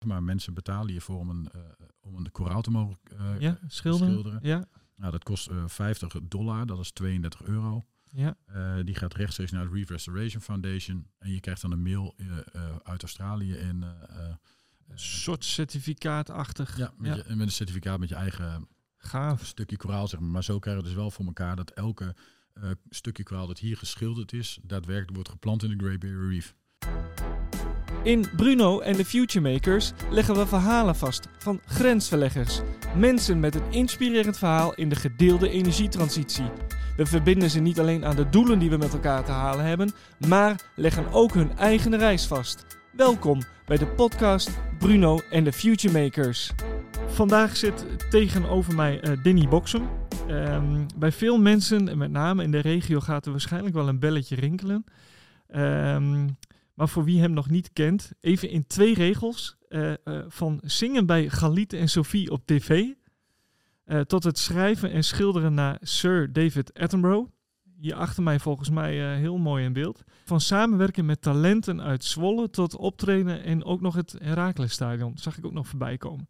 Maar mensen betalen hiervoor om een koraal te mogen schilderen. Ja. Nou, dat kost $50, dat is €32. Ja. Die gaat rechtstreeks naar het Reef Restoration Foundation. En je krijgt dan een mail uit Australië en Een soort certificaatachtig. Met een certificaat met je eigen gaaf stukje koraal, zeg maar. Maar zo krijgen we dus wel voor elkaar dat elke stukje koraal dat hier geschilderd is, daadwerkelijk wordt geplant in de Great Barrier Reef. In Bruno en de Futuremakers leggen we verhalen vast van grensverleggers. Mensen met een inspirerend verhaal in de gedeelde energietransitie. We verbinden ze niet alleen aan de doelen die we met elkaar te halen hebben, maar leggen ook hun eigen reis vast. Welkom bij de podcast Bruno en de Futuremakers. Vandaag zit tegenover mij Danny Boxem. Bij veel mensen, met name in de regio, gaat er waarschijnlijk wel een belletje rinkelen. Maar voor wie hem nog niet kent, even in 2 regels. Van zingen bij Galit en Sophie op tv, tot het schrijven en schilderen naar Sir David Attenborough. Hier achter mij volgens mij heel mooi in beeld. Van samenwerken met talenten uit Zwolle tot optreden en ook nog het Heraclesstadion. Zag ik ook nog voorbij komen.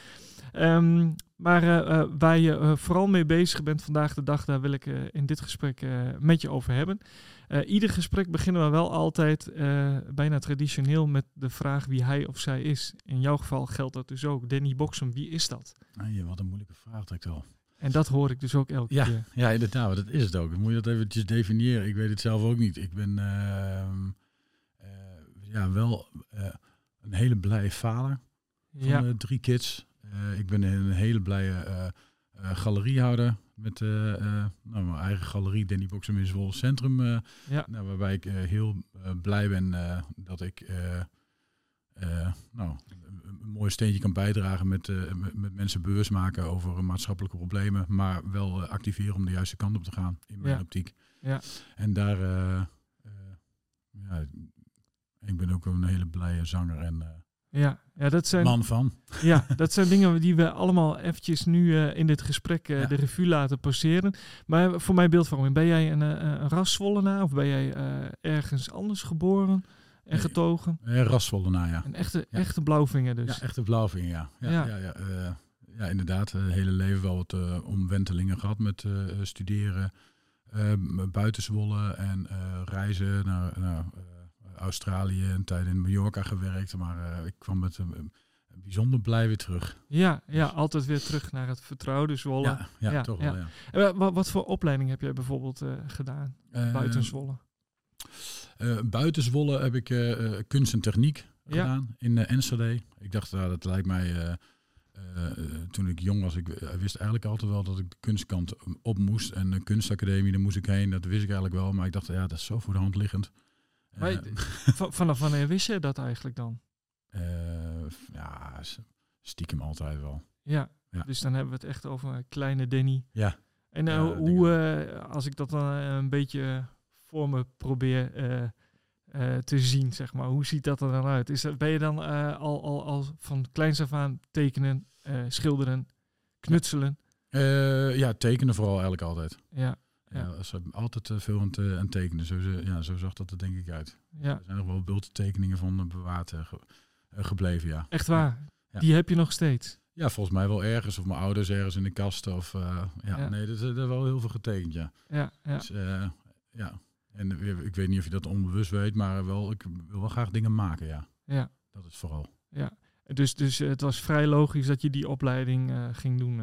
Maar waar je vooral mee bezig bent vandaag de dag, daar wil ik in dit gesprek met je over hebben. Ieder gesprek beginnen we wel altijd bijna traditioneel met de vraag wie hij of zij is. In jouw geval geldt dat dus ook. Danny Boxem, wie is dat? Wat een moeilijke vraag direct al. En dat hoor ik dus ook elke keer. Ja, inderdaad, dat is het ook. Dan moet je dat eventjes definiëren. Ik weet het zelf ook niet. Ik ben wel een hele blije vader van 3 kids. Ik ben een hele blije galeriehouder met mijn eigen galerie, Danny Boxem in Zwolle Centrum. Waarbij ik heel blij ben dat ik een mooi steentje kan bijdragen met mensen bewust maken over maatschappelijke problemen, maar wel activeren om de juiste kant op te gaan in mijn optiek. Ja. En daar, ik ben ook een hele blije zanger en dat zijn, man van. Ja, dat zijn dingen die we allemaal eventjes nu in dit gesprek de revue laten passeren. Maar voor mijn beeldvorming, ben jij een ras-Zwollenaar of ben jij ergens anders geboren en getogen? Ras-Zwollenaar, ja. Een echte blauwvinger dus. Ja, echte blauwvinger, ja. Inderdaad, het hele leven wel wat omwentelingen gehad met studeren, buiten Zwolle en reizen naar Australië, een tijd in Mallorca gewerkt, maar ik kwam met een bijzonder blij weer terug. Ja, altijd weer terug naar het vertrouwde Zwolle. Ja, toch wel, ja. Wat voor opleiding heb jij bijvoorbeeld gedaan buiten Zwolle? Buiten Zwolle heb ik kunst en techniek gedaan in Enschede. Ik dacht, dat lijkt mij, toen ik jong was, ik wist eigenlijk altijd wel dat ik de kunstkant op moest. En de kunstacademie, daar moest ik heen, dat wist ik eigenlijk wel. Maar ik dacht, dat is zo voor de hand liggend. Maar vanaf wanneer wist je dat eigenlijk dan? Stiekem altijd wel. Ja, dus dan hebben we het echt over kleine Danny. Ja. En als ik dat dan een beetje voor me probeer te zien, zeg maar, hoe ziet dat er dan uit? Ben je dan al van kleins af aan tekenen, schilderen, knutselen? Tekenen vooral eigenlijk altijd. Ja. Ja, ze hebben altijd veel aan tekenen. Zo zag dat er denk ik uit. Ja. Er zijn nog wel bulttekeningen van bewaard gebleven, ja. Echt waar? Ja. Die heb je nog steeds? Ja, volgens mij wel ergens. Of mijn ouders ergens in de kast. Nee, er is wel heel veel getekend, ja. Ja. Dus, en ik weet niet of je dat onbewust weet, maar ik wil wel graag dingen maken, ja. Ja. Dat is vooral. Ja. Dus het was vrij logisch dat je die opleiding ging doen.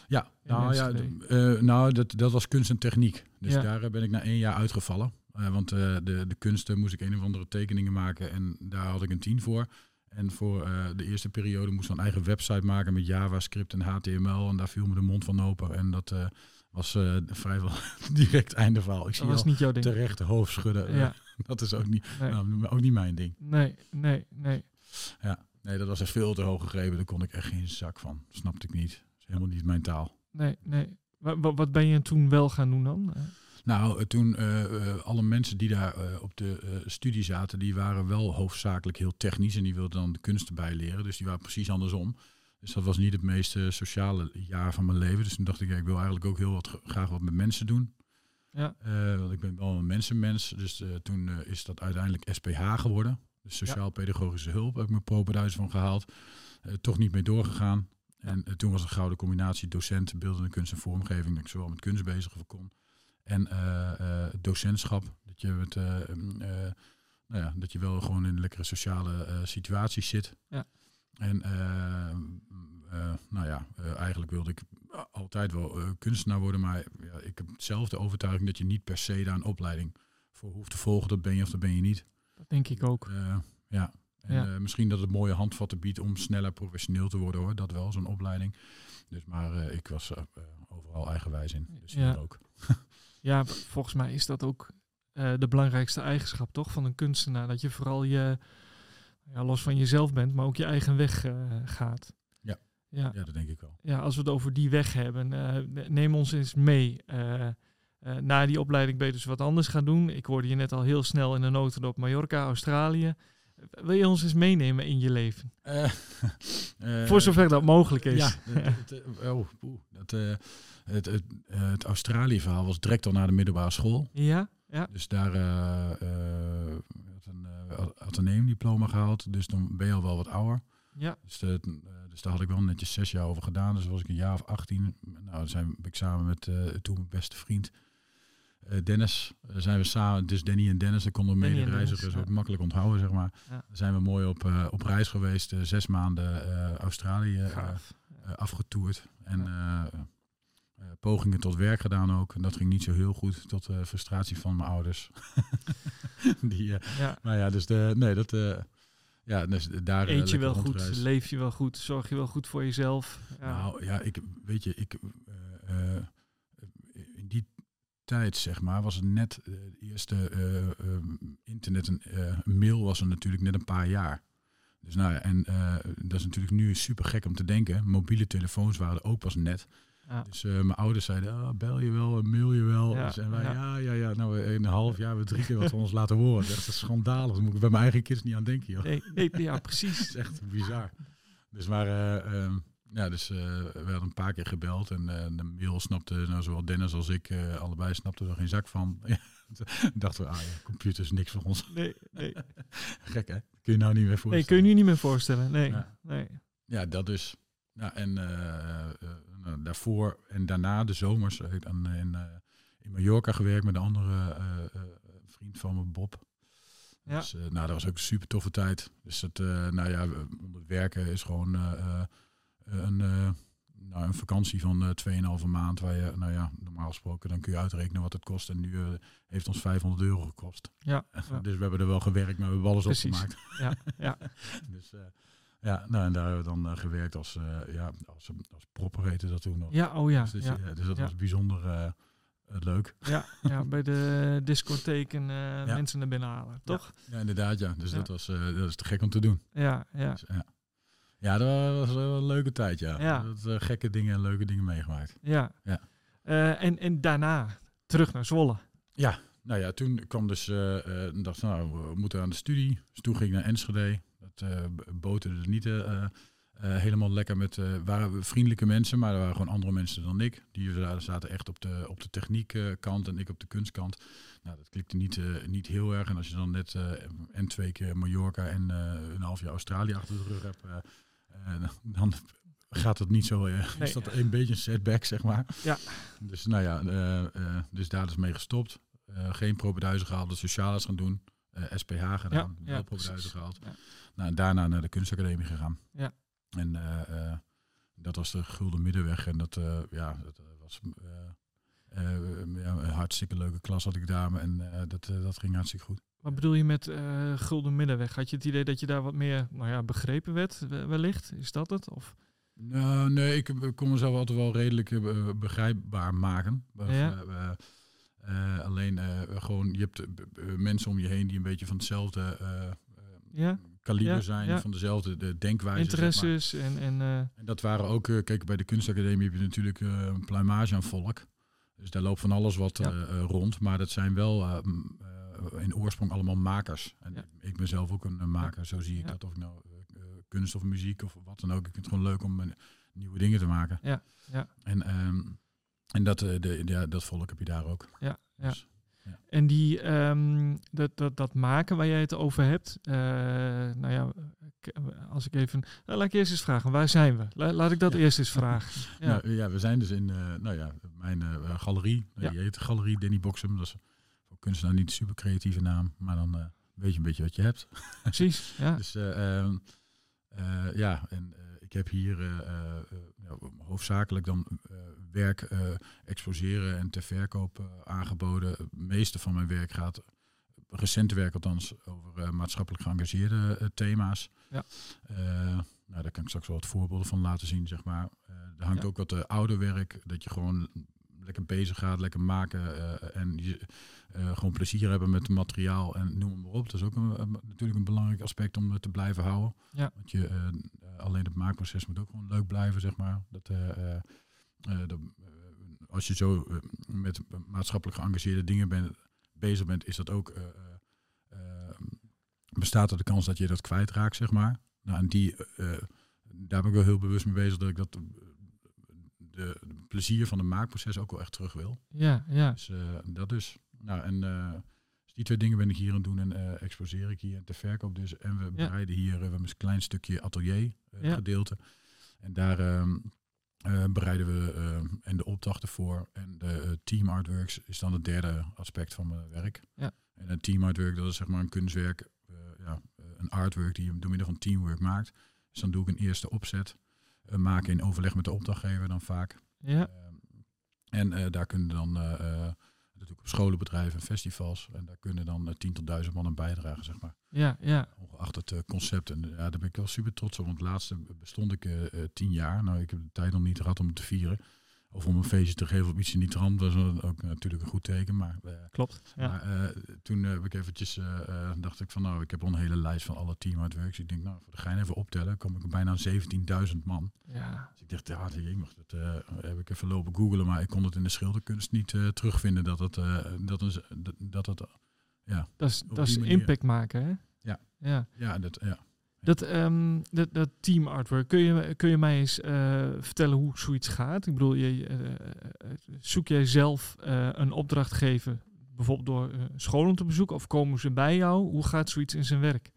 Dat was kunst en techniek. Dus daar ben ik na 1 jaar uitgevallen. Want de kunsten moest ik een of andere tekeningen maken en daar had ik een 10 voor. En voor de eerste periode moest ik een eigen website maken met JavaScript en HTML. En daar viel me de mond van open. En dat was vrijwel direct einde verhaal. Ik zie was niet jouw ding. Terecht hoofd schudden. Ja. Dat is ook niet mijn ding. Nee. Ja. Nee, dat was echt veel te hoog gegrepen. Daar kon ik echt geen zak van. Snapte ik niet. Dat is helemaal niet mijn taal. Nee. Wat ben je toen wel gaan doen dan? Toen alle mensen die daar op de studie zaten, die waren wel hoofdzakelijk heel technisch. En die wilden dan de kunst erbij leren. Dus die waren precies andersom. Dus dat was niet het meest sociale jaar van mijn leven. Dus toen dacht ik, ik wil eigenlijk ook graag wat met mensen doen. Ja. Want ik ben wel een mensenmens. Dus toen is dat uiteindelijk SPH geworden. sociaal-pedagogische hulp, heb ik mijn propenduizen van gehaald. Toch niet mee doorgegaan. En toen was een gouden combinatie docent, beeldende kunst en vormgeving, dat ik zowel met kunst bezig kon. En docentschap, dat je dat je wel gewoon in een lekkere sociale situatie zit. Ja. En eigenlijk wilde ik altijd wel kunstenaar worden, maar ik heb zelf de overtuiging dat je niet per se daar een opleiding voor hoeft te volgen. Dat ben je of dat ben je niet. Dat denk ik ook. Misschien dat het mooie handvatten biedt om sneller professioneel te worden, hoor. Dat wel, zo'n opleiding. Dus, maar ik was overal eigenwijs in. Dus hier ook. Ja, volgens mij is dat ook de belangrijkste eigenschap, toch, van een kunstenaar. Dat je vooral los van jezelf bent, maar ook je eigen weg gaat. Ja, dat denk ik wel. Ja, als we het over die weg hebben, neem ons eens mee. Na die opleiding ben je dus wat anders gaan doen. Ik hoorde je net al heel snel in de notendop Mallorca, Australië. Wil je ons eens meenemen in je leven? Voor zover dat mogelijk is. Het Australië-verhaal was direct al naar de middelbare school. Ja. Dus daar had een ateneumdiploma gehaald. Dus dan ben je al wel wat ouder. Ja. Dus daar had ik wel netjes 6 jaar over gedaan. Dus was ik een jaar of 18. Nou, dan ben ik samen met toen mijn beste vriend Dennis. Zijn we samen, dus Danny en Dennis, daar konden we mede-reizigers ook makkelijk onthouden, zeg maar. Ja. Dan zijn we mooi op reis geweest. 6 maanden Australië afgetoerd. En pogingen tot werk gedaan ook. En dat ging niet zo heel goed, tot frustratie van mijn ouders. Maar ja, dus dus daar eet je wel goed, leef je wel goed, zorg je wel goed voor jezelf. Ja. Nou ja, in die tijd, zeg maar, was het net de eerste internet en mail was er natuurlijk net een paar jaar. Dus dat is natuurlijk nu super gek om te denken. Mobiele telefoons waren er ook pas net. Ja. Dus mijn ouders zeiden, bel je wel, mail je wel. Ja, dus en wij, nou in een half jaar hebben we 3 keer wat van ons laten horen. Dat is echt schandalig. Daar moet ik bij mijn eigen kids niet aan denken, joh. Nee, ja, precies. Dat is echt bizar. Dus maar, we hadden een paar keer gebeld en de mail snapte, zowel Dennis als ik, allebei snapten er geen zak van. Dachten we, computer is niks voor ons. Nee. Gek, hè? Kun je nou niet meer voorstellen. Nee, kun je nu niet meer voorstellen. Nee. Ja, dat dus. Ja, en daarvoor en daarna, de zomers, heb ik dan in Mallorca gewerkt met een andere vriend van me, Bob. Ja. Dus dat was ook een super toffe tijd. Dus onder het werken is gewoon een vakantie van 2,5 maand. Waar je, normaal gesproken, dan kun je uitrekenen wat het kost. En nu heeft ons €500 gekost. Ja. Dus we hebben er wel gewerkt, maar we hebben alles opgemaakt. Ja. Dus... en daar hebben we dan gewerkt als properator dat toen nog. Dus dat was bijzonder leuk. Ja, bij de discotheken mensen naar binnen halen, toch? Ja, inderdaad, ja. Dus dat is te gek om te doen. Ja. Dus, dat was wel een leuke tijd, ja. Dat gekke dingen en leuke dingen meegemaakt. Ja. En daarna terug naar Zwolle. Ja, toen kwam dus, dacht we moeten aan de studie. Dus toen ging ik naar Enschede. Dat boterde niet helemaal lekker met... waren vriendelijke mensen, maar er waren gewoon andere mensen dan ik. Die zaten echt op de techniekkant en ik op de kunstkant. Nou, dat klikte niet heel erg. En als je dan net 2 keer Mallorca en een half jaar Australië achter de rug hebt... dan gaat het niet zo... is dat een beetje een setback, zeg maar. Ja. Dus dus daar is mee gestopt. Geen propenduizen gehaald, de sociales gaan doen. SPH gedaan, wel propenduizen gehaald. Ja. En daarna naar de kunstacademie gegaan. Ja. En dat was de gulden middenweg. En dat was een hartstikke leuke klas had ik daar. En dat ging hartstikke goed. Wat bedoel je met gulden middenweg? Had je het idee dat je daar wat meer begrepen werd wellicht? Is dat het? Of? Nee, ik kon mezelf altijd wel redelijk begrijpbaar maken. Alleen gewoon, je hebt mensen om je heen die een beetje van hetzelfde kaliber zijn, van dezelfde denkwijze. Interesses, zeg maar. En dat waren ook, kijk, bij de kunstacademie heb je natuurlijk een pluimage aan volk. Dus daar loopt van alles wat rond, maar dat zijn wel in oorsprong allemaal makers. En ik ben zelf ook een maker, zo zie ik dat, of ik nou kunst of muziek of wat dan ook. Ik vind het gewoon leuk om nieuwe dingen te maken. En dat volk heb je daar ook. Ja. Dus. Ja. En die, dat maken waar jij het over hebt, als ik even... laat ik eerst eens vragen, waar zijn we? Laat ik dat eerst eens vragen. Ja. We zijn dus in mijn galerie. Die heet Galerie Danny Boxem. Dat is voor kunstenaar niet een super creatieve naam, maar dan weet je een beetje wat je hebt. Precies, ja. Dus ik heb hier hoofdzakelijk dan werk exposeren en ter verkoop aangeboden. Het meeste van mijn werk gaat, recente werk althans, over maatschappelijk geëngageerde thema's. Ja. Daar kan ik straks wel wat voorbeelden van laten zien, zeg maar. Er hangt ook wat ouder werk, dat je gewoon lekker bezig gaat, lekker maken en je gewoon plezier hebben met het materiaal en noem maar op. Dat is ook natuurlijk een belangrijk aspect om het te blijven houden. Ja. Want je alleen het maakproces moet ook gewoon leuk blijven, zeg maar. Als je zo met maatschappelijk geëngageerde dingen bezig bent, is dat ook bestaat er de kans dat je dat kwijtraakt, zeg maar. Nou, en daar ben ik wel heel bewust mee bezig dat ik dat de plezier van het maakproces ook wel echt terug wil. Ja. Dus dat dus. Nou, en die twee dingen ben ik hier aan doen en exposeer ik hier en te verkoop dus. En we bereiden hier, we hebben een klein stukje atelier gedeelte. En daar bereiden we en de opdrachten voor. En de team artworks is dan het derde aspect van mijn werk. Ja. En een team artwork, dat is zeg maar een kunstwerk, een artwork die je door middel van teamwork maakt. Dus dan doe ik een eerste opzet. Maken in overleg met de opdrachtgever dan vaak. Ja. Daar kunnen dan natuurlijk op scholen, bedrijven en festivals. En daar kunnen dan 10.000 tot 1.000 man aan bijdragen, zeg maar. Ja. Ongeacht het concept. En daar ben ik wel super trots op. Want het laatste bestond ik 10 jaar. Nou, ik heb de tijd nog niet gehad om het te vieren. Of om een feestje te geven op iets in die trant. Dat was ook natuurlijk een goed teken. Maar, klopt. Ja. Maar toen heb ik eventjes, dacht ik van nou, ik heb al een hele lijst van alle team artworks. Ik denk nou, voor de gein even optellen. Kom ik bijna 17.000 man. Ja. Dus ik dacht, dat heb ik even lopen googlen. Maar ik kon het in de schilderkunst niet terugvinden dat het Dat is impact maken, hè? Ja. Dat team artwork, kun je mij eens vertellen hoe zoiets gaat? Ik bedoel, zoek jij zelf een opdrachtgever, bijvoorbeeld door scholen te bezoeken, of komen ze bij jou? Hoe gaat zoiets in zijn werk?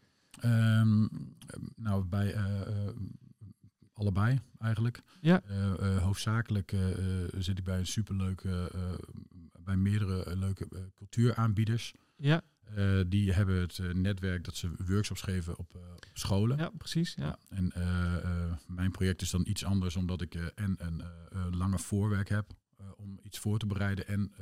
Bij allebei eigenlijk. Ja. Hoofdzakelijk zit ik bij een bij meerdere leuke cultuuraanbieders. Ja. Die hebben het netwerk dat ze workshops geven op scholen. Ja, precies. Ja. En mijn project is dan iets anders, omdat ik een lange voorwerk heb om iets voor te bereiden. En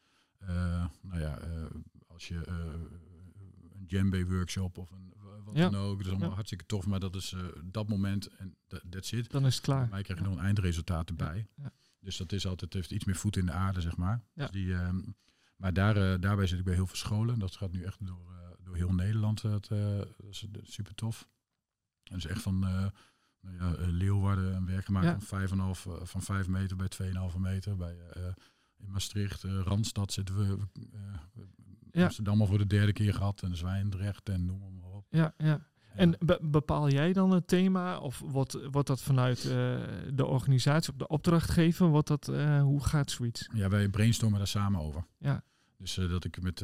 als je een djembe workshop of wat dan ook, dat is allemaal hartstikke tof, maar dat is dat moment en that's it. Dan is het klaar. Wij krijgen nog een eindresultaat erbij. Ja. Dus dat is altijd, heeft iets meer voet in de aarde, zeg maar. Ja. Dus maar daarbij zit ik bij heel veel scholen. Dat gaat nu echt door heel Nederland. Dat is super tof. En is echt van Leeuwarden een werk gemaakt van 5 meter bij 2,5 meter. In Maastricht, Randstad zitten we. Amsterdam al voor de 3e keer gehad. En Zwijndrecht en noem maar op. Ja. En bepaal jij dan het thema? Of wordt dat vanuit de organisatie of de opdrachtgever? Hoe gaat zoiets? Ja, wij brainstormen daar samen over. Ja. Dus dat ik met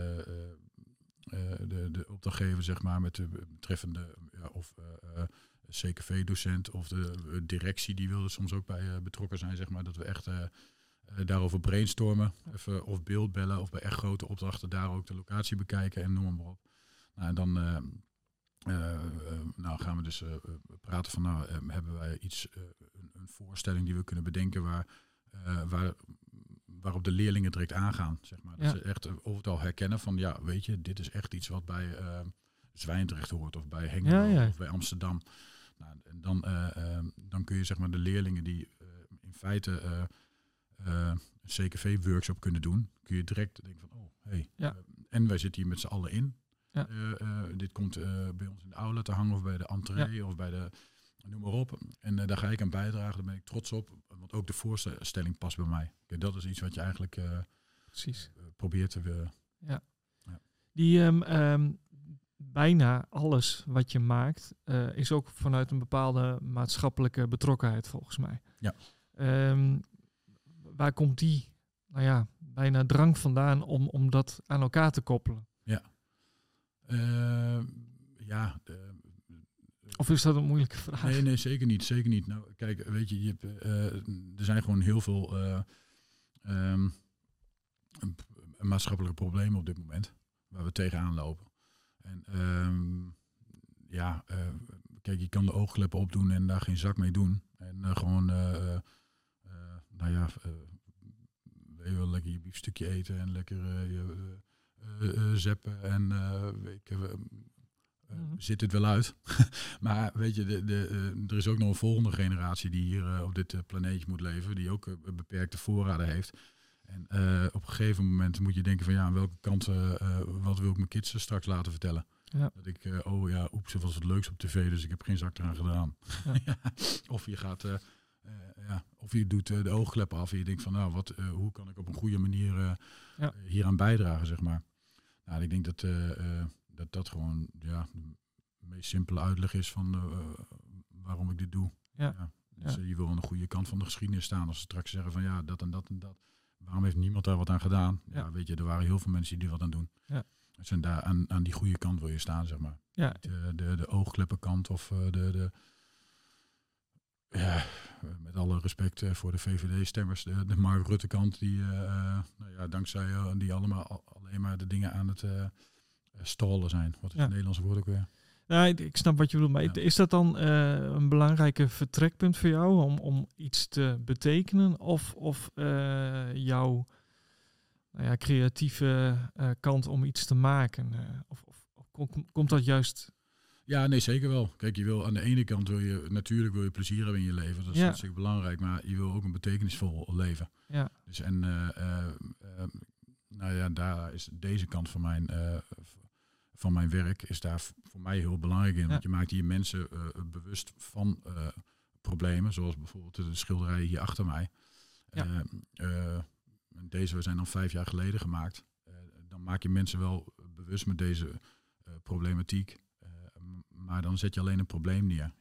de opdrachtgever, zeg maar, met de betreffende CKV-docent of de directie, die wil er soms ook bij betrokken zijn, zeg maar, dat we echt daarover brainstormen. Even of beeldbellen of bij echt grote opdrachten daar ook de locatie bekijken en noem maar op. Nou, en dan gaan we dus praten van, hebben wij iets, een voorstelling die we kunnen bedenken waarop de leerlingen direct aangaan, zeg maar. Dat ze echt overal herkennen van, weet je, dit is echt iets wat bij Zwijndrecht hoort of bij Hengelo of bij Amsterdam. Nou, en dan kun je, zeg maar, de leerlingen die in feite een CKV-workshop kunnen doen, kun je direct denken van, en wij zitten hier met z'n allen in. Ja. Dit komt bij ons in de aula te hangen of bij de entree of bij de, noem maar op. En daar ga ik aan bijdragen, daar ben ik trots op. Want ook de voorstelling past bij mij. Kijk, dat is iets wat je eigenlijk probeert te... Die bijna alles wat je maakt is ook vanuit een bepaalde maatschappelijke betrokkenheid volgens mij. Ja. Waar komt die bijna drang vandaan om dat aan elkaar te koppelen? Ja. Of is dat een moeilijke vraag? Nee, zeker niet. Zeker niet. Nou, kijk, weet je, er zijn gewoon heel veel maatschappelijke problemen op dit moment waar we tegenaan lopen. En kijk, je kan de oogkleppen opdoen en daar geen zak mee doen. En wil je wel lekker je biefstukje eten en lekker zeppen en zit het wel uit. Maar weet je, er is ook nog een volgende generatie die hier op dit planeetje moet leven, die ook beperkte voorraden heeft. En op een gegeven moment moet je denken van aan welke kant, wat wil ik mijn kids straks laten vertellen. Ja. Dat ik, oeps, er was wat leuks op tv, dus ik heb geen zak eraan gedaan. Ja. Of je gaat, of je doet de oogkleppen af en je denkt van, hoe kan ik op een goede manier hieraan bijdragen, zeg maar. Nou, ik denk dat gewoon de meest simpele uitleg is van waarom ik dit doe. Ja. Dus je wil aan de goede kant van de geschiedenis staan. Als ze straks zeggen van dat en dat en dat. Waarom heeft niemand daar wat aan gedaan? Ja, weet je, er waren heel veel mensen die er wat aan doen. Ja. Dus en daar aan die goede kant wil je staan, zeg maar. Ja. De oogkleppenkant of met alle respect voor de VVD-stemmers, de Mark Rutte-kant, die dankzij die allemaal alleen maar de dingen aan het stallen zijn. Wat is het Nederlandse woord ook weer? Nou, ik snap wat je bedoelt, maar is dat dan een belangrijke vertrekpunt voor jou om iets te betekenen? Of jouw creatieve kant om iets te maken? Of komt dat juist? Ja, nee, zeker wel. Kijk, je wil aan de ene kant wil je plezier hebben in je leven. Dat is hartstikke belangrijk, maar je wil ook een betekenisvol leven. Ja. Dus daar is deze kant van mijn werk is daar voor mij heel belangrijk in. Want je maakt hier mensen bewust van problemen, zoals bijvoorbeeld de schilderijen hier achter mij. Ja. Deze zijn dan 5 jaar geleden gemaakt. Dan maak je mensen wel bewust met deze problematiek. Maar dan zet je alleen een probleem neer.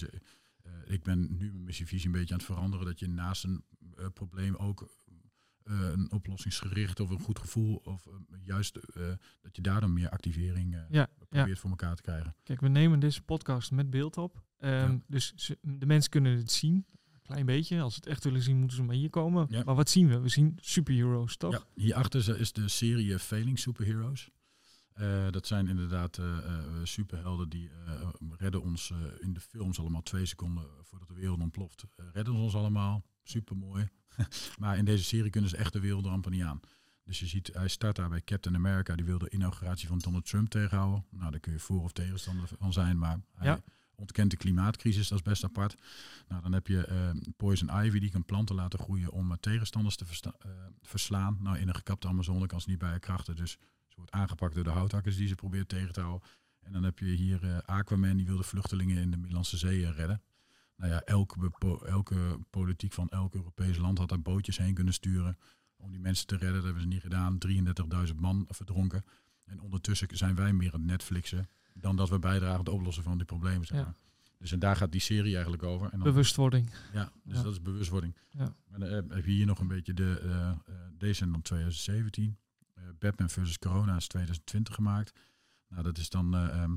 Ik ben nu mijn missievisie een beetje aan het veranderen, dat je naast een probleem ook een oplossingsgericht of een goed gevoel of juist dat je daar dan meer activering probeert voor elkaar te krijgen. Kijk, we nemen deze podcast met beeld op. Dus de mensen kunnen het zien. Een klein beetje. Als ze het echt willen zien, moeten ze maar hier komen. Ja. Maar wat zien we? We zien superheroes, toch? Ja, hierachter is de serie Failing Superheroes. Dat zijn inderdaad superhelden die redden ons in de films allemaal 2 seconden voordat de wereld ontploft. Redden ons allemaal. Supermooi. Maar in deze serie kunnen ze echt de wereldrampen niet aan. Dus je ziet, hij start daar bij Captain America. Die wil de inauguratie van Donald Trump tegenhouden. Nou, daar kun je voor of tegenstander van zijn. Maar hij ontkent de klimaatcrisis, dat is best apart. Nou, dan heb je Poison Ivy, die kan planten laten groeien om tegenstanders te verslaan. Nou, in een gekapte Amazone kan ze niet bij haar krachten. Dus ze wordt aangepakt door de houthakkers die ze probeert tegen te houden. En dan heb je hier Aquaman, die wil de vluchtelingen in de Middellandse Zee redden. Nou ja, elke politiek van elk Europees land had daar bootjes heen kunnen sturen om die mensen te redden. Dat hebben ze niet gedaan. 33.000 man verdronken. En ondertussen zijn wij meer aan het Netflixen dan dat we bijdragen aan het oplossen van die problemen. Zeg maar. Ja. Dus en daar gaat die serie eigenlijk over. En dan, bewustwording. Ja, dus dat is bewustwording. Ja. Maar dan heb je hier nog een beetje deze zijn dan 2017. Batman vs. Corona is 2020 gemaakt. Nou, dat is dan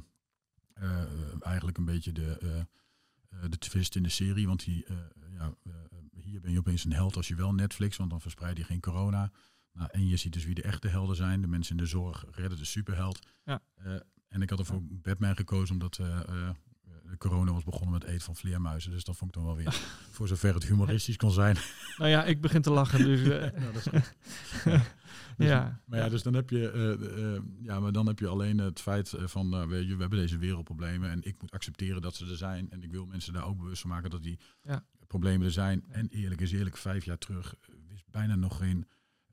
eigenlijk een beetje de twist in de serie. Want hier ben je opeens een held als je wel Netflix, want dan verspreid je geen corona. Nou, en je ziet dus wie de echte helden zijn. De mensen in de zorg redden de superheld. Ja. En ik had er voor Batman gekozen, omdat de corona was begonnen met eten van vleermuizen. Dus dat vond ik dan wel weer, voor zover het humoristisch kon zijn. Nou ja, ik begin te lachen. Dus, nou, dat is goed. Dus dan heb je, maar dan heb je alleen het feit van, weet je, we hebben deze wereldproblemen en ik moet accepteren dat ze er zijn. En ik wil mensen daar ook bewust van maken dat die problemen er zijn. En eerlijk is eerlijk, 5 jaar terug wist bijna nog geen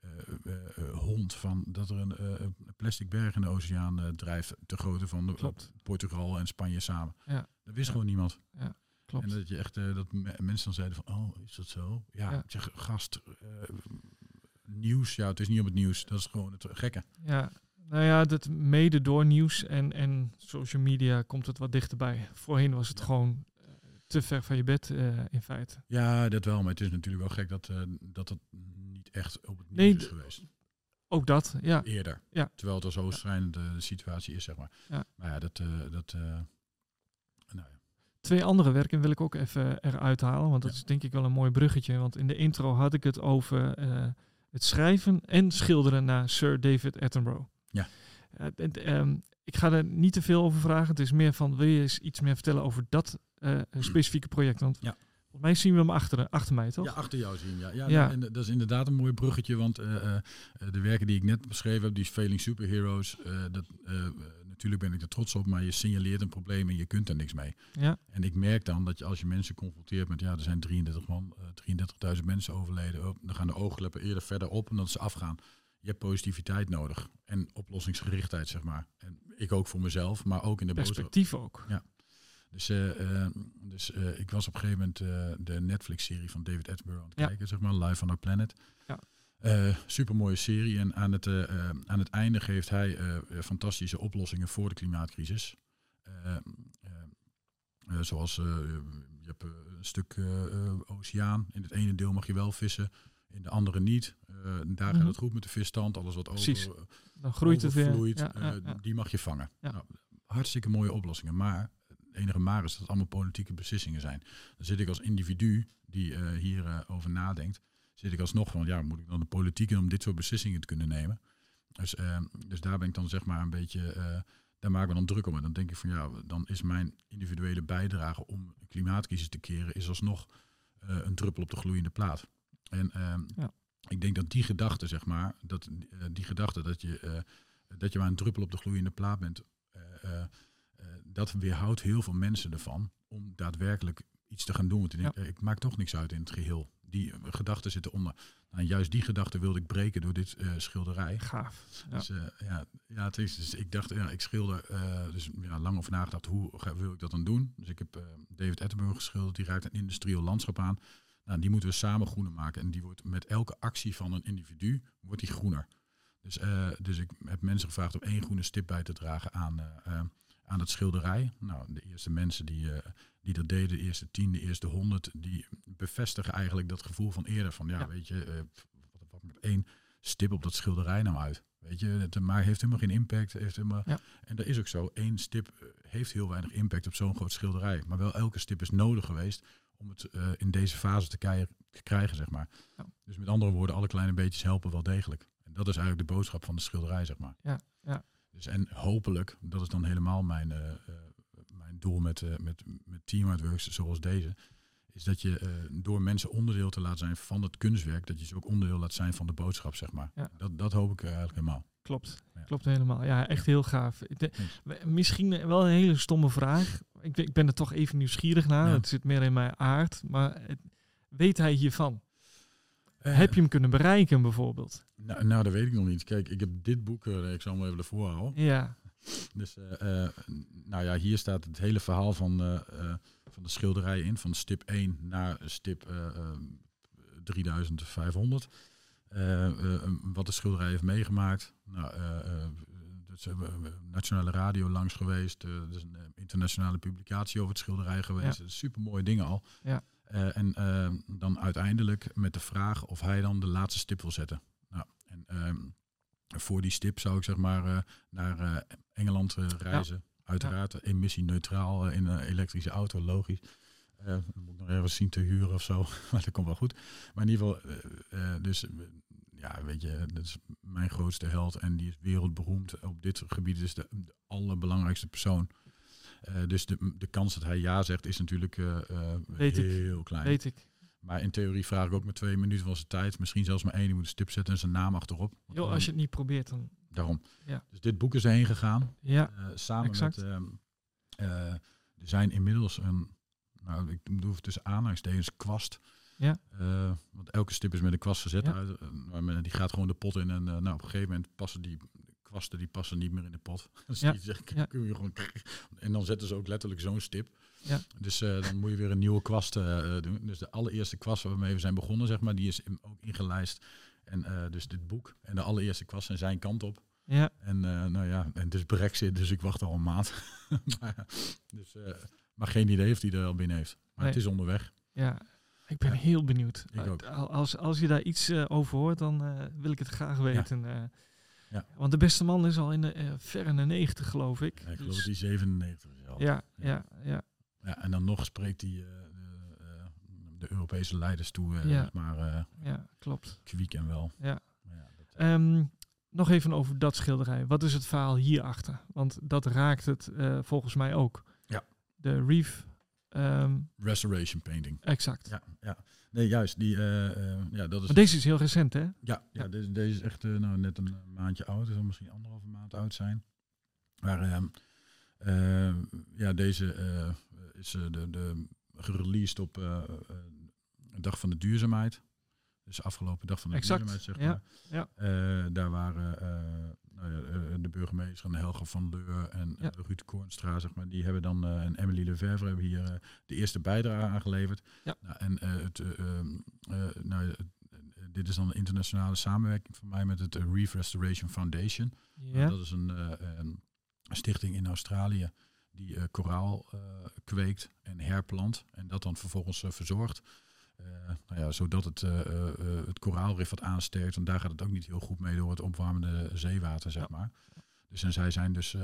hond van dat er een plastic berg in de oceaan drijft te grootte van Portugal en Spanje samen. Ja. Dat wist gewoon niemand. Ja, klopt. En dat je echt dat mensen dan zeiden van, oh, is dat zo? Ja. Ik zeg, gast, nieuws, het is niet op het nieuws. Dat is gewoon het gekke. Ja, nou ja, dat mede door nieuws en social media komt het wat dichterbij. Voorheen was het gewoon te ver van je bed in feite. Ja, dat wel. Maar het is natuurlijk wel gek dat het niet echt op het nieuws is geweest. Ook dat, ja. Eerder. Ja. Terwijl het al zo schrijnend de situatie is, zeg maar. Ja. Maar ja, nou ja. 2 andere werken wil ik ook even eruit halen, want dat is denk ik wel een mooi bruggetje. Want in de intro had ik het over het schrijven en schilderen naar Sir David Attenborough. Ja. Ik ga er niet te veel over vragen. Het is meer van, wil je eens iets meer vertellen over dat specifieke project? Want volgens mij zien we hem achter mij, toch? Ja, achter jou zien we hem. Ja. En dat is inderdaad een mooi bruggetje, want de werken die ik net beschreven heb, die Failing Superheroes, natuurlijk ben ik er trots op, maar je signaleert een probleem en je kunt er niks mee. Ja. En ik merk dan dat als je mensen confronteert met, er zijn 33.000 mensen overleden, dan gaan de oogkleppen eerder verder op omdat ze afgaan. Je hebt positiviteit nodig en oplossingsgerichtheid, zeg maar. En ik ook voor mezelf, maar ook in de perspectief ook. Ja. Dus ik was op een gegeven moment de Netflix-serie van David Attenborough aan het kijken, zeg maar, Live on Our Planet. Ja. Supermooie serie en aan het einde geeft hij fantastische oplossingen voor de klimaatcrisis. Zoals je hebt een stuk oceaan. In het ene deel mag je wel vissen, in de andere niet. Daar gaat het goed met de visstand. Alles wat dan groeit het weer. Die mag je vangen. Ja. Nou, hartstikke mooie oplossingen. Maar het enige maar is dat het allemaal politieke beslissingen zijn. Dan zit ik als individu die hierover nadenkt, zit ik alsnog van, moet ik dan de politiek in om dit soort beslissingen te kunnen nemen? Dus daar ben ik dan zeg maar een beetje, daar maken we dan druk om. En dan denk ik van dan is mijn individuele bijdrage om de klimaatcrisis te keren, is alsnog een druppel op de gloeiende plaat. En ik denk dat die gedachte, zeg maar, dat je maar een druppel op de gloeiende plaat bent, dat weerhoudt heel veel mensen ervan om daadwerkelijk iets te gaan doen. Want ik maak toch niks uit in het geheel. Die gedachten zitten onder. Nou, en juist die gedachte wilde ik breken door dit schilderij. Gaaf. Ja. Dus, het is. Dus ik dacht, ik schilder. Lang over nagedacht, hoe wil ik dat dan doen? Dus ik heb David Attenborough geschilderd. Die raakt een industrieel landschap aan. Nou, die moeten we samen groener maken. En die wordt met elke actie van een individu wordt die groener. Dus ik heb mensen gevraagd om 1 groene stip bij te dragen aan het schilderij. Nou, de eerste mensen die dat deden, de eerste 10, de eerste 100, die bevestigen eigenlijk dat gevoel van eerder. Van weet je, wat met 1 stip op dat schilderij nou uit? Weet je, het heeft helemaal geen impact. En dat is ook zo. 1 stip heeft heel weinig impact op zo'n groot schilderij. Maar wel elke stip is nodig geweest om het in deze fase te krijgen, zeg maar. Ja. Dus met andere woorden, alle kleine beetjes helpen wel degelijk. En dat is eigenlijk de boodschap van de schilderij, zeg maar. Ja. Dus en hopelijk, dat is dan helemaal mijn doel met teamartworks zoals deze, is dat je door mensen onderdeel te laten zijn van het kunstwerk, dat je ze ook onderdeel laat zijn van de boodschap, zeg maar. Ja. Dat hoop ik eigenlijk helemaal. Klopt helemaal. Ja, echt heel gaaf. Misschien wel een hele stomme vraag. Ik ben er toch even nieuwsgierig naar. Het zit meer in mijn aard. Maar weet hij hiervan? Heb je hem kunnen bereiken bijvoorbeeld? Nou, dat weet ik nog niet. Kijk, ik heb dit boek, ik zal hem even ervoor houden. Ja. Dus hier staat het hele verhaal van de schilderij in. Van stip 1 naar stip 3500. Wat de schilderij heeft meegemaakt. Er is nationale radio langs geweest. Er is een internationale publicatie over het schilderij geweest. Ja. Super mooie dingen al. Ja. En dan uiteindelijk met de vraag of hij dan de laatste stip wil zetten. Nou, en voor die stip zou ik zeg maar naar Engeland reizen. Ja. Uiteraard emissieneutraal in een elektrische auto, logisch. Dan moet ik nog even zien te huren of zo. Maar dat komt wel goed. Maar in ieder geval, weet je, dat is mijn grootste held. En die is wereldberoemd. Op dit gebied is de allerbelangrijkste persoon. Dus de kans dat hij ja zegt is natuurlijk heel klein. Weet ik. Maar in theorie vraag ik ook met 2 minuten van zijn tijd. Misschien zelfs maar 1. Die moet een stip zetten en zijn naam achterop. Als je het niet probeert dan... Daarom. Ja. Dus dit boek is erheen gegaan. Ja, samen exact. Met... er zijn inmiddels ik bedoel tussen aanhalingstekens kwast. Ja. Want elke stip is met een kwast gezet. Ja. Die gaat gewoon de pot in. En op een gegeven moment passen die kwasten niet meer in de pot. Dus kun je gewoon... En dan zetten ze ook letterlijk zo'n stip. Ja. Dus dan moet je weer een nieuwe kwast doen. Dus de allereerste kwast waarmee we zijn begonnen, zeg maar, die is ook ingelijst. En dus dit boek en de allereerste kwast zijn zijn kant op. Ja. En en het is Brexit, dus ik wacht al een maand. Maar geen idee of hij er al binnen heeft. Maar het is onderweg. Ja, Ik ben heel benieuwd. Ik ook. Als je daar iets over hoort, dan wil ik het graag weten. Ja. Want de beste man is al in de ver in de 90, geloof ik. Ja, ik geloof dat hij 97 is al. Ja. En dan nog spreekt hij de Europese leiders toe. Ja, klopt. Kwiek en wel. Ja. Ja, nog even over dat schilderij. Wat is het verhaal hierachter? Want dat raakt het volgens mij ook. Ja. De Reef... Restoration painting. Exact. Ja. Nee, juist. Dat is. Maar deze is heel recent, hè? Ja. Deze is echt net een maandje oud. Het zal misschien 1,5 maand oud zijn. Maar deze is de gereleased op de dag van de duurzaamheid. Dus afgelopen dag van de duurzaamheid, zeg maar. Ja. Daar waren de burgemeester en Helga van Leur en Ruud Koornstra, zeg maar, die hebben dan en Emily Lefevre hebben hier de eerste bijdrage aangeleverd. Ja. Dit is dan een internationale samenwerking van mij met het Reef Restoration Foundation. Ja. Dat is een stichting in Australië die koraal kweekt en herplant en dat dan vervolgens verzorgt. Zodat het koraalrif wat aansterkt. Want daar gaat het ook niet heel goed mee door het opwarmende zeewater, zeg maar. Dus en zij zijn dus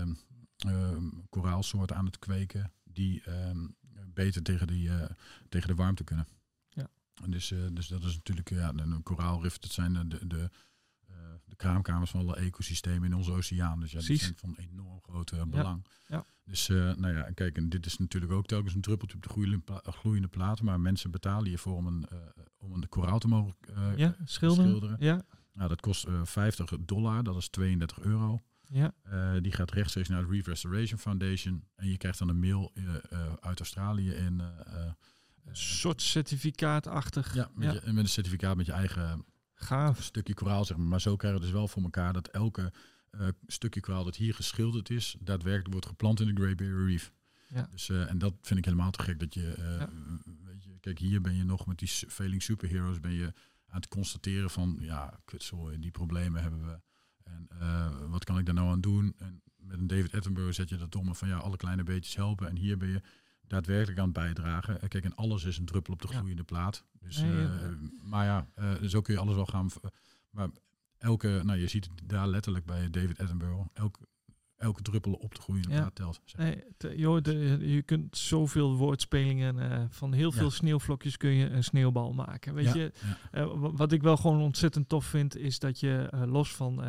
koraalsoorten aan het kweken die beter tegen de warmte kunnen. Ja. En dus dat is natuurlijk een koraalrif. Dat zijn de kraamkamers van alle ecosystemen in onze oceaan. Dus die zijn van enorm groot belang. Ja. Dus kijk, en dit is natuurlijk ook telkens een druppeltje op de gloeiende plaat. Maar mensen betalen hiervoor om een koraal te mogen schilderen. Ja. Nou, dat kost $50. Dat is €32. Ja. Die gaat rechtstreeks naar het Reef Restoration Foundation. En je krijgt dan een mail uit Australië in... een soort certificaatachtig. Ja, met een certificaat met je eigen... Gaaf. Stukje koraal, zeg maar. Maar zo krijgen we dus wel voor elkaar dat elke stukje koraal dat hier geschilderd is, daadwerkelijk wordt geplant in de Great Barrier Reef. Ja. Dus, en dat vind ik helemaal te gek. Dat je, weet je, kijk, hier ben je nog met die Failing Superheroes ben je aan het constateren van, kutzooi, die problemen hebben we. En wat kan ik daar nou aan doen? En met een David Attenborough zet je dat om van alle kleine beetjes helpen. En hier ben je daadwerkelijk aan het bijdragen. Kijk, en alles is een druppel op de gloeiende plaat. Dus, zo kun je alles wel gaan... Maar je ziet het daar letterlijk bij David Attenborough. Elke druppel op de gloeiende plaat telt. Je kunt zoveel woordspelingen... van heel veel sneeuwvlokjes kun je een sneeuwbal maken. Weet je? Wat ik wel gewoon ontzettend tof vind... is dat je los van...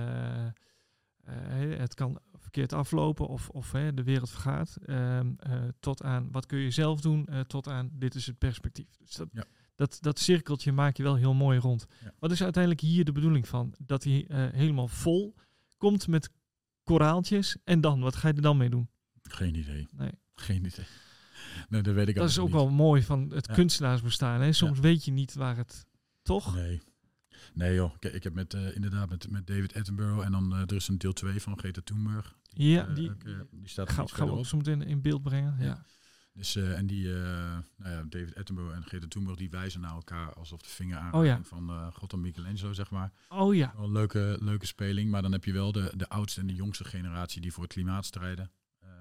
het kan verkeerd aflopen of de wereld vergaat. Tot aan wat kun je zelf doen, tot aan dit is het perspectief. Dus dat cirkeltje maak je wel heel mooi rond. Ja. Wat is uiteindelijk hier de bedoeling van? Dat hij helemaal vol komt met koraaltjes en dan, wat ga je er dan mee doen? Geen idee. Nee. Geen idee. Nee, dat weet ik ook dat is ook wel mooi van het kunstenaarsbestaan. Hè? Soms weet je niet waar het... Toch? Nee joh, ik heb inderdaad met David Attenborough en dan er is een deel 2 van Greta Thunberg. Die staat gaan we ook zo meteen in beeld brengen. Ja. Dus en David Attenborough en Greta Thunberg die wijzen naar elkaar alsof de vinger aan van God en Michelangelo, zeg maar. Oh ja. Wel een leuke speling, maar dan heb je wel de oudste en de jongste generatie die voor het klimaat strijden.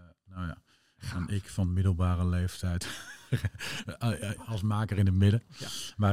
En ik van middelbare leeftijd als maker in het midden. Ja. Maar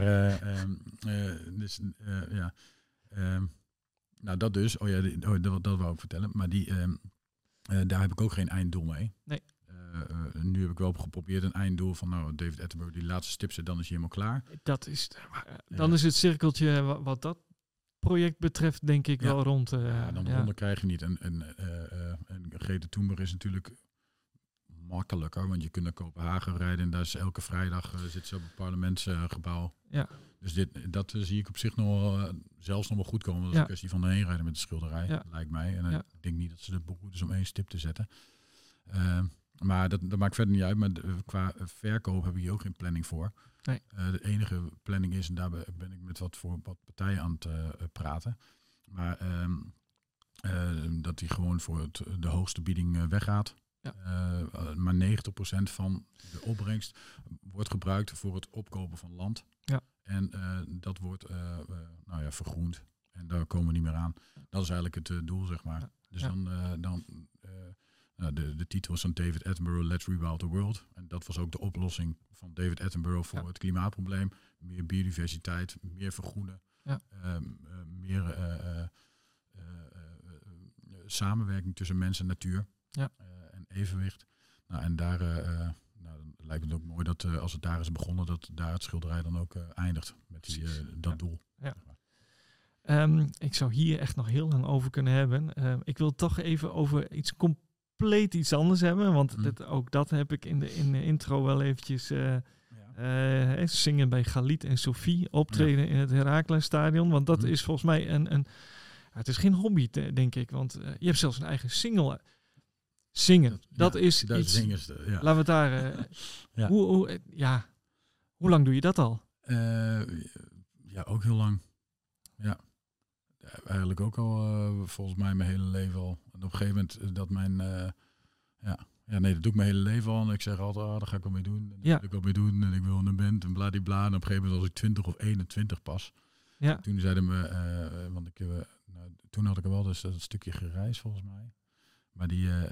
dat dus. Dat wou ik vertellen. Maar daar heb ik ook geen einddoel mee. Nee. Nu heb ik wel geprobeerd een einddoel van David Attenborough, die laatste stip zet, dan is hij helemaal klaar. Dan is het cirkeltje wat dat project betreft denk ik wel rond. Dan ronde krijg je niet. En Greta Thunberg is natuurlijk makkelijker, want je kunt naar Kopenhagen rijden en daar is elke vrijdag zit ze op het parlementsgebouw. Ja. Dus dat zie ik op zich zelfs nog wel goed komen. Dat is een kwestie van heen rijden met de schilderij, lijkt mij. En ik denk niet dat ze de beroerd is om 1 stip te zetten. Maar dat maakt verder niet uit. Maar qua verkoop heb ik hier ook geen planning voor. Nee. De enige planning is, en daar ben ik met wat partijen aan het praten. Maar dat die gewoon voor de hoogste bieding weggaat. Ja. Maar 90% van de opbrengst wordt gebruikt voor het opkopen van land. Ja. En dat wordt vergroend. En daar komen we niet meer aan. Dat is eigenlijk het doel, zeg maar. Ja. Dus de titel is van David Attenborough, Let's Rebuild the World. En En dat was ook de oplossing van David Attenborough voor het klimaatprobleem. Meer biodiversiteit, meer vergroenen, meer samenwerking tussen mens en natuur en evenwicht. Nou, en daar dan lijkt het ook mooi dat als het daar is begonnen, dat daar het schilderij dan ook eindigt met dat doel. Ja. Ik zou hier echt nog heel lang over kunnen hebben. Ik wil toch even over compleet iets anders hebben. Want ook dat heb ik in de intro wel eventjes zingen bij Galit en Sophie. Optreden in het Heraclesstadion. Want dat is volgens mij het is geen hobby, denk ik. Want je hebt zelfs een eigen single. Zingen. Dat is iets. Zingers, laten we het daar... Hoe lang doe je dat al? Ook heel lang. Ja. Eigenlijk ook al volgens mij mijn hele leven al. En op een gegeven moment dat mijn... dat doe ik mijn hele leven al. En ik zeg altijd, dat ga ik wel mee doen. En dat wil ik wel mee doen. En ik wil in een band en bladibla. En op een gegeven moment was ik 20 of 21 pas. Ja. Toen zeiden we... want toen had ik er wel dus dat stukje gereisd volgens mij. Maar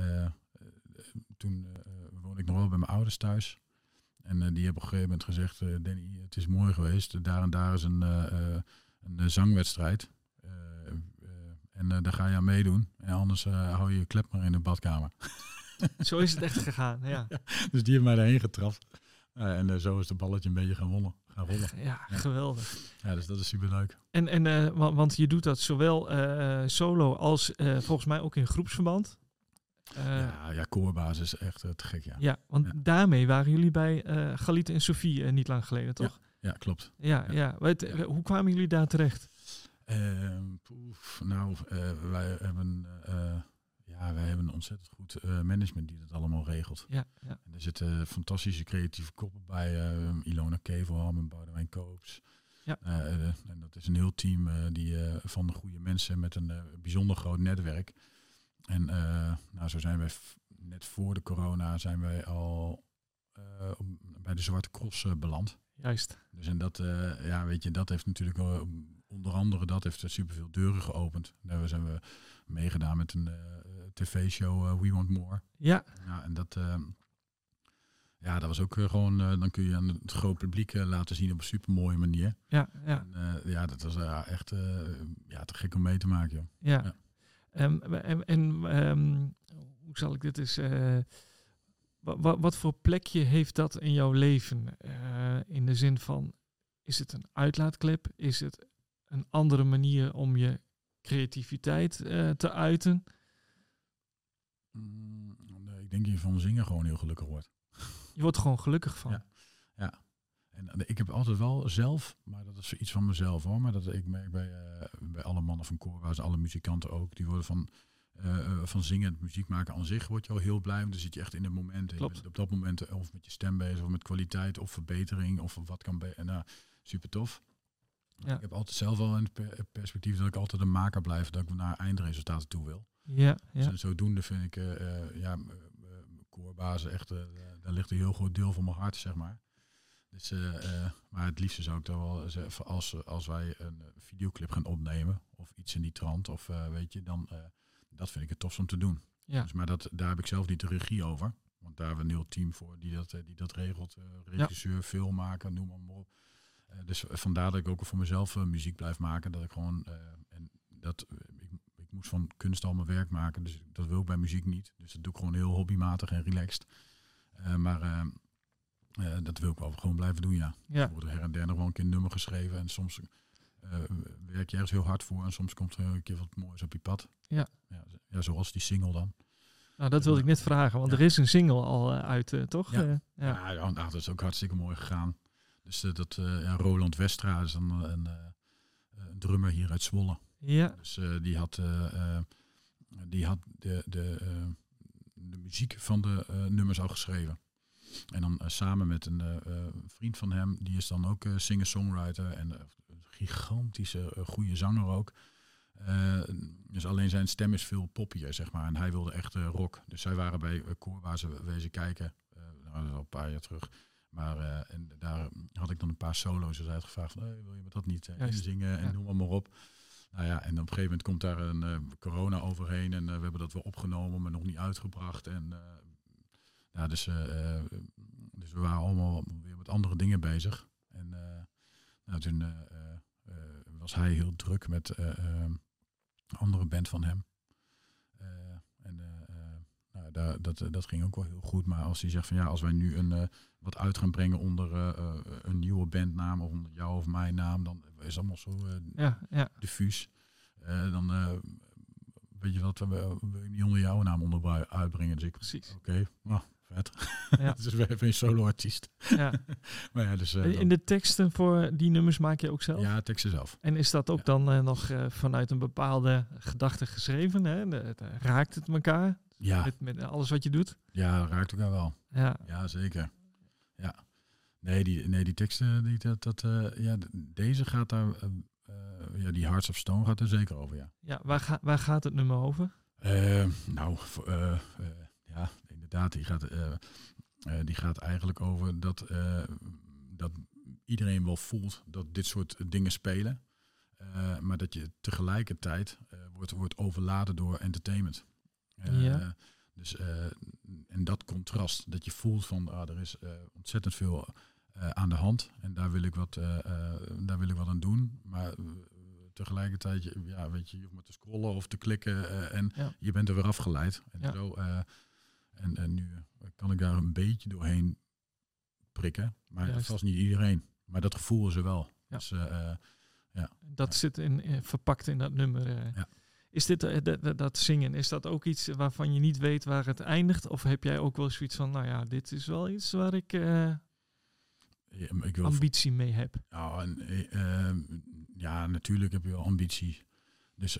toen woonde ik nog wel bij mijn ouders thuis. En die hebben op een gegeven moment gezegd... Danny, het is mooi geweest. Daar en daar is een zangwedstrijd. En daar ga je aan meedoen. En anders hou je je klep maar in de badkamer. Zo is het echt gegaan, ja. Dus die heeft mij daarheen getrapt. En zo is het balletje een beetje gaan rollen. Ja, geweldig. Ja, dus dat is superleuk. Want je doet dat zowel solo als volgens mij ook in groepsverband. Koorbasis, echt te gek, ja. Ja, want daarmee waren jullie bij Galit en Sophie niet lang geleden, toch? Ja, klopt. Ja. Hoe kwamen jullie daar terecht? Wij hebben een ontzettend goed management die dat allemaal regelt. Ja. En er zitten fantastische creatieve koppen bij. Ilona Kevelham en Boudewijn Koops. Ja. En dat is een heel team van de goede mensen met een bijzonder groot netwerk. En zo zijn wij net voor de corona zijn wij al bij de Zwarte Cross beland. Juist. Dus en dat, dat heeft natuurlijk onder andere superveel deuren geopend. Daar zijn we meegedaan met een tv-show We Want More. Ja. En dat was ook gewoon, dan kun je aan het groot publiek laten zien op een supermooie manier. Ja. En, dat was echt te gek om mee te maken, joh. Ja. Hoe zal ik dit eens... Wat voor plekje heeft dat in jouw leven? In de zin van, is het een uitlaatklep? Is het een andere manier om je creativiteit te uiten? Ik denk dat je van zingen gewoon heel gelukkig wordt. Je wordt er gewoon gelukkig van. Ja. En ik heb altijd wel zelf, maar dat is iets van mezelf hoor. Maar dat ik merk bij alle mannen van Koorbasis, alle muzikanten ook, die worden van zingen en muziek maken aan zich word je al heel blij. Want dan zit je echt in het moment. Klopt. Je bent op dat moment of met je stem bezig, of met kwaliteit, of verbetering, of wat kan super tof. Ja. Ik heb altijd zelf wel een perspectief dat ik altijd een maker blijf, dat ik naar eindresultaten toe wil. Ja. Dus en zodoende vind ik Koorbasis echt, daar ligt een heel groot deel van mijn hart, zeg maar. Dus, maar het liefste zou ik dan wel zeggen, als wij een videoclip gaan opnemen, of iets in die trant, of dan... dat vind ik het tofst om te doen. Ja. Dus, maar daar heb ik zelf niet de regie over. Want daar hebben we een heel team voor die dat regelt. Regisseur, filmmaker, noem maar op. Dus vandaar dat ik ook voor mezelf muziek blijf maken. Dat ik gewoon... ik moest van kunst al mijn werk maken. Dus dat wil ik bij muziek niet. Dus dat doe ik gewoon heel hobbymatig en relaxed. Maar dat wil ik wel gewoon blijven doen, ja. Er wordt her en der nog wel een keer een nummer geschreven. En soms... werk je ergens heel hard voor en soms komt er een keer wat moois op je pad. Ja, zoals die single dan. Nou, dat wilde ik net vragen, want er is een single al uit, toch? Dat is ook hartstikke mooi gegaan. Dus Roland Westra is dan een drummer hier uit Zwolle. Ja. Dus die had de muziek van de nummers al geschreven. En dan samen met een vriend van hem, die is dan ook singer-songwriter en gigantische goede zanger ook. Dus alleen zijn stem is veel poppier, zeg maar. En hij wilde echt rock. Dus zij waren bij Koorbasis wezen kijken. Dat is al een paar jaar terug. Maar en daar had ik dan een paar solo's uitgevraagd van, wil je met dat niet inzingen en noem maar op. Nou ja, en op een gegeven moment komt daar een corona overheen en we hebben dat wel opgenomen, maar nog niet uitgebracht. En Dus we waren allemaal weer met andere dingen bezig. En toen was hij heel druk met een andere band van hem. Dat ging ook wel heel goed. Maar als hij zegt van als wij nu wat uit gaan brengen onder een nieuwe bandnaam of onder jouw of mijn naam, dan is het allemaal zo diffuus. Dan weet je wat, we niet onder jouw naam uitbrengen. Dus precies. Oké, vet. Dus we hebben een solo-artiest. Ja. Maar dus, in de teksten voor die nummers maak je ook zelf? Ja, teksten zelf. En is dat ook dan nog vanuit een bepaalde gedachte geschreven? Hè? Raakt het elkaar? Ja. Met alles wat je doet? Ja, raakt elkaar wel. Ja, zeker. Ja. Nee, die teksten, deze gaat daar, die Hearts of Stone gaat er zeker over, ja. Ja, waar gaat het nummer over? Inderdaad, die gaat eigenlijk over dat iedereen wel voelt dat dit soort dingen spelen. Maar dat je tegelijkertijd wordt overladen door entertainment. Dus en dat contrast, dat je voelt van er is ontzettend veel aan de hand en daar wil ik wat aan doen, maar tegelijkertijd je hoeft maar te scrollen of te klikken en je bent er weer afgeleid en zo en nu kan ik daar een beetje doorheen prikken, maar vast niet iedereen, maar dat gevoel is er wel. Ja. Dus, dat zit verpakt in dat nummer. Is dit dat zingen, is dat ook iets waarvan je niet weet waar het eindigt? Of heb jij ook wel zoiets van, dit is wel iets waar ik ambitie mee heb? Natuurlijk heb je wel ambitie. Dus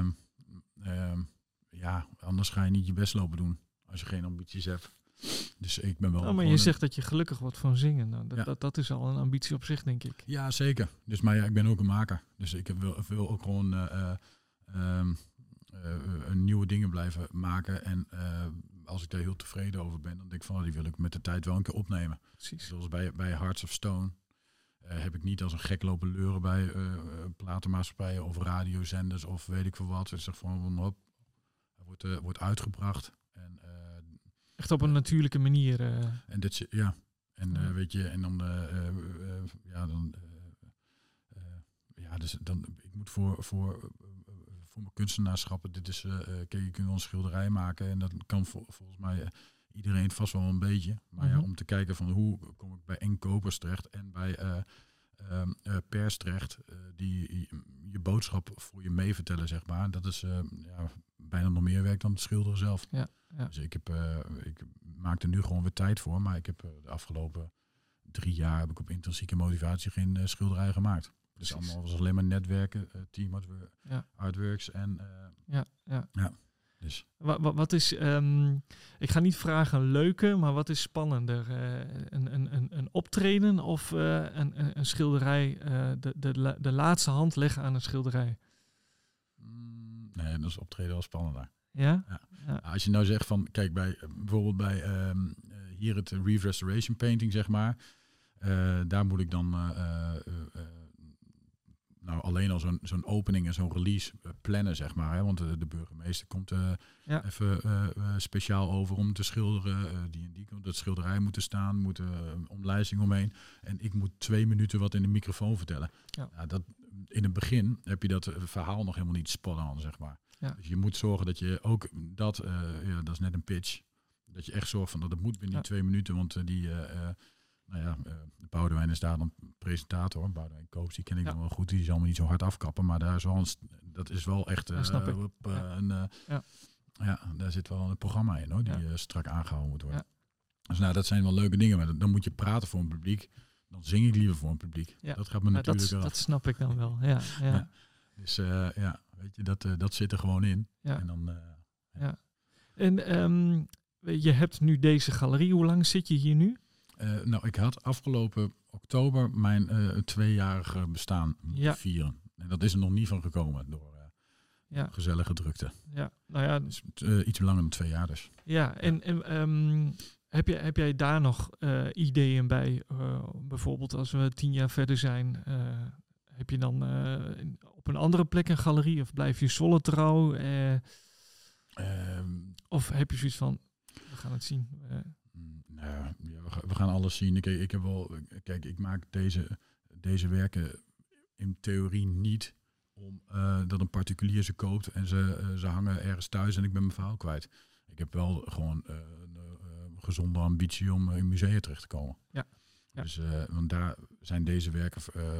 anders ga je niet je best lopen doen als je geen ambities hebt. Dus ik ben wel. Maar je zegt dat je gelukkig wordt van zingen. Nou, dat is al een ambitie op zich, denk ik. Ja, zeker. Dus, maar ik ben ook een maker. Dus ik wil ook gewoon nieuwe dingen blijven maken. En als ik daar heel tevreden over ben, dan denk ik van die wil ik met de tijd wel een keer opnemen. Precies. Zoals bij Hearts of Stone heb ik niet als een gek lopen leuren bij platenmaatschappijen of radiozenders of weet ik veel wat. Dus zeg van hop, wordt uitgebracht. En, echt op een natuurlijke manier. En dit, ja. En weet je, en dan dus dan ik moet voor mijn kunstenaarschap, dit is, je kunt wel een schilderij maken en dat kan volgens mij iedereen vast wel een beetje. Maar om te kijken van hoe kom ik bij inkopers terecht en bij pers terecht, die je boodschap voor je meevertellen, zeg maar. Dat is bijna nog meer werk dan het schilderen zelf. Ja. Dus ik maak er nu gewoon weer tijd voor, maar ik heb de afgelopen 3 jaar heb ik op intrinsieke motivatie geen schilderij gemaakt. Dus allemaal was alleen maar netwerken, team artworks en dus. Wat is, ik ga niet vragen een leuke, maar wat is spannender? Een optreden of een schilderij, de laatste hand leggen aan een schilderij? Nee, dat is optreden wel spannender. Ja? Ja. Als je nou zegt van, kijk, bijvoorbeeld bij hier het Reef Restoration Painting, zeg maar, daar moet ik dan alleen al zo'n opening en zo'n release plannen, zeg maar. Hè? Want de burgemeester komt even speciaal over om te schilderen. Die en die komt dat schilderij moeten staan, moet een omlijsting omheen. En ik moet 2 minuten wat in de microfoon vertellen. Ja. In het begin heb je dat verhaal nog helemaal niet spannend, zeg maar. Ja. Dus je moet zorgen dat je ook dat is net een pitch. Dat je echt zorgt van dat het moet binnen die 2 minuten, want Boudewijn is daar dan presentator. Boudewijn Koops, die ken ik dan wel goed. Die zal me niet zo hard afkappen, maar daar is wel dat is wel echt daar zit wel een programma in, hoor, die strak aangehouden moet worden. Ja. Dus dat zijn wel leuke dingen, maar dan moet je praten voor een publiek. Dan zing ik liever voor een publiek. Ja. Dat gaat me natuurlijk wel. Dat snap ik dan wel. Ja. Dus weet je, dat zit er gewoon in. Ja. En dan. En je hebt nu deze galerie. Hoe lang zit je hier nu? Ik had afgelopen oktober mijn 2-jarige bestaan vieren. En dat is er nog niet van gekomen door gezellige drukte. Ja, dus, iets langer dan 2 jaar dus. Ja, en heb jij daar nog ideeën bij? Bijvoorbeeld als we 10 jaar verder zijn, heb je dan op een andere plek een galerie? Of blijf je Zwolle trouw? Of heb je zoiets van, we gaan het zien... We gaan alles zien. Ik maak deze werken in theorie niet om dat een particulier ze koopt en ze hangen ergens thuis en ik ben mijn verhaal kwijt. Ik heb wel gewoon een gezonde ambitie om in musea terecht te komen. Ja. Dus, want daar zijn deze werken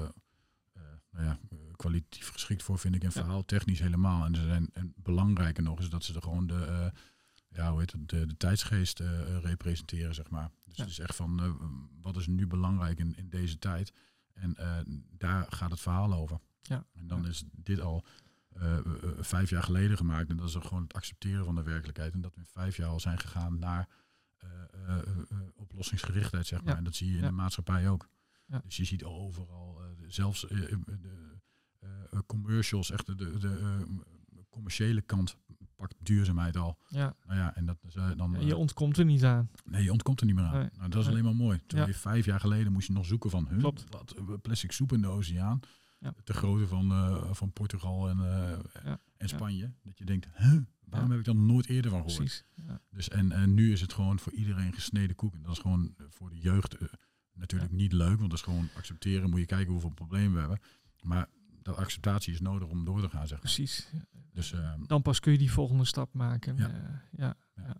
kwalitatief geschikt voor, vind ik, en verhaal technisch helemaal. En belangrijker nog is dat ze er gewoon de tijdsgeest representeren, zeg maar. Dus het is echt van, wat is nu belangrijk in deze tijd? En daar gaat het verhaal over. Ja. En dan is dit al 5 jaar geleden gemaakt. En dat is gewoon het accepteren van de werkelijkheid. En dat we in 5 jaar al zijn gegaan naar oplossingsgerichtheid, zeg maar. Ja. En dat zie je in de maatschappij ook. Ja. Dus je ziet overal, zelfs de commercials, echt de commerciële kant pakt duurzaamheid al. Ja. Nou ja, en dat is dan... je ontkomt er niet aan. Nee, je ontkomt er niet meer aan. Nee. Nou, dat is alleen maar mooi. Terwijl je 5 jaar geleden moest je nog zoeken van... Klopt. Wat plastic soep in de oceaan. Ja. De grootte van Portugal en Spanje. Dat je denkt, waarom heb ik daar nog nooit eerder van gehoord? Precies. Ja. Dus, en nu is het gewoon voor iedereen gesneden koek. En dat is gewoon voor de jeugd natuurlijk niet leuk. Want dat is gewoon accepteren. Moet je kijken hoeveel problemen we hebben. Maar dat acceptatie is nodig om door te gaan, zeg maar. Precies. Dus, dan pas kun je die volgende stap maken. Ja.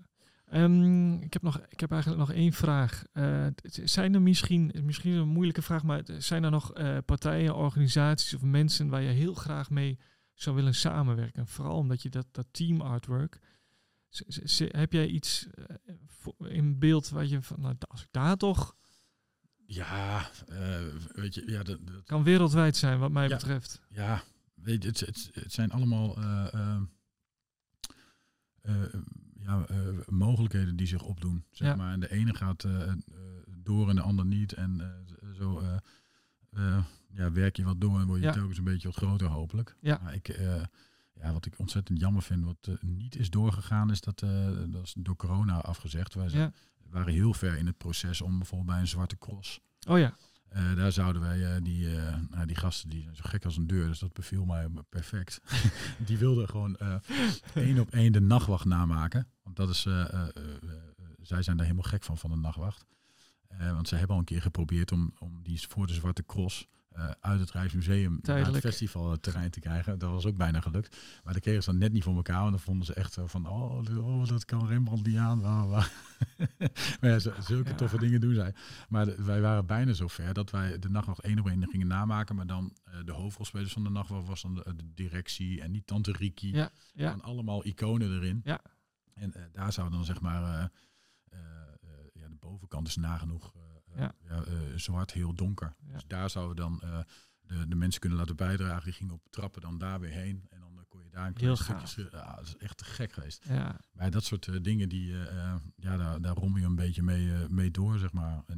Ik heb eigenlijk nog 1 vraag. Zijn er misschien een moeilijke vraag, maar zijn er nog partijen, organisaties of mensen waar je heel graag mee zou willen samenwerken? Vooral omdat je dat team artwork. Heb jij iets in beeld waar je van, nou, als ik daar toch... Ja, weet je, dat kan wereldwijd zijn wat mij betreft. Ja, weet je, het zijn allemaal mogelijkheden die zich opdoen, zeg maar. En de ene gaat door en de ander niet. En zo werk je wat door en word je telkens een beetje wat groter, hopelijk. Ja. Maar wat ik ontzettend jammer vind, wat niet is doorgegaan, is dat is door corona afgezegd. Wij waren heel ver in het proces om bijvoorbeeld bij een Zwarte Cross. Oh ja. Daar zouden wij die gasten, die zijn zo gek als een deur, dus dat beviel mij perfect. Die wilden gewoon 1 op 1 de nachtwacht namaken. Want dat is, zij zijn daar helemaal gek van de nachtwacht. Want ze hebben al een keer geprobeerd om die voor de Zwarte Cross uit het Rijksmuseum naar het festivalterrein te krijgen. Dat was ook bijna gelukt. Maar daar kregen ze dan net niet voor elkaar. En dan vonden ze echt van, dat kan Rembrandt niet aan. Maar ja, zulke toffe dingen doen zij. Maar wij waren bijna zo ver dat wij de nachtwacht 1 op 1 gingen namaken. Maar dan de hoofdrolspelers van de nachtwacht was dan de directie en niet Tante Riki. Ja. En allemaal iconen erin. Ja. En daar zou dan zeg maar de bovenkant is nagenoeg zwart, heel donker. Ja. Dus daar zouden we dan de mensen kunnen laten bijdragen. Die gingen op trappen dan daar weer heen. En dan kon je daar een klein stukje... dat is echt te gek geweest. Ja. Maar dat soort dingen, daar rom je een beetje mee door, zeg maar. En,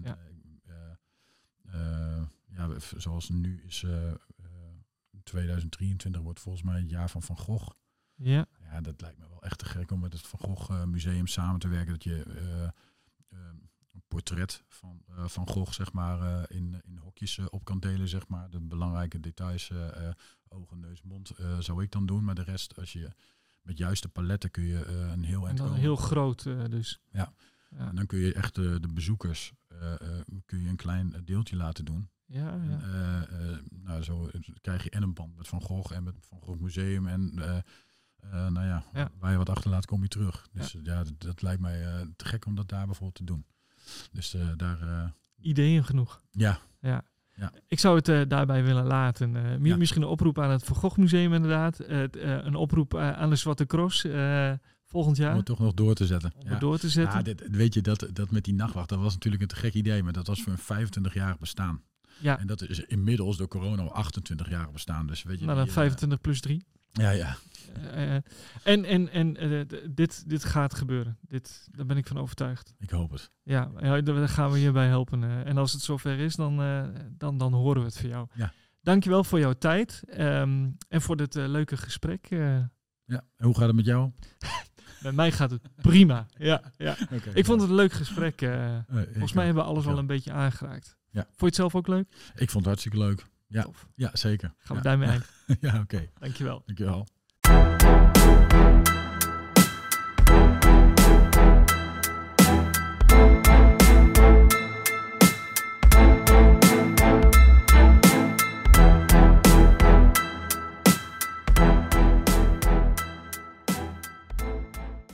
zoals nu is 2023 wordt volgens mij het jaar van Van Gogh. Ja. Ja, dat lijkt me wel echt te gek om met het Van Gogh Museum samen te werken. Dat je... een portret van Gogh, zeg maar, in hokjes op kan delen, zeg maar. De belangrijke details, ogen, neus, mond, zou ik dan doen. Maar de rest, als je met juiste paletten kun je een heel eind komen. Heel groot dus. Ja. En dan kun je echt de bezoekers kun je een klein deeltje laten doen. Ja. En, zo krijg je en een band met Van Gogh en met Van Gogh Museum en... waar je wat achterlaat, kom je terug. Dus dat lijkt mij te gek om dat daar bijvoorbeeld te doen. Dus daar... Ideeën genoeg. Ja. Ik zou het daarbij willen laten. Misschien een oproep aan het Van Gogh Museum inderdaad. Een oproep aan de Zwarte Cross volgend jaar. Om het toch nog door te zetten. Door te zetten. Ja, weet je, dat met die nachtwacht, dat was natuurlijk een te gek idee. Maar dat was voor een 25-jarig bestaan. Ja. En dat is inmiddels door corona al 28 jaar bestaan. Dus weet je, dan 25 plus 3. Ja. Dit gaat gebeuren. Daar ben ik van overtuigd. Ik hoop het. Ja, daar gaan we je bij helpen. En als het zover is, dan horen we het van jou. Ja. Dankjewel voor jouw tijd. En voor dit leuke gesprek. Ja, en hoe gaat het met jou? Bij mij gaat het prima. Ja. Okay, ik vond het een leuk gesprek. Volgens mij hebben we alles al een beetje aangeraakt. Ja. Vond je het zelf ook leuk? Ik vond het hartstikke leuk. Ja, zeker. Gaan we daarmee eind. Ja, oké. Dankjewel. Dankjewel.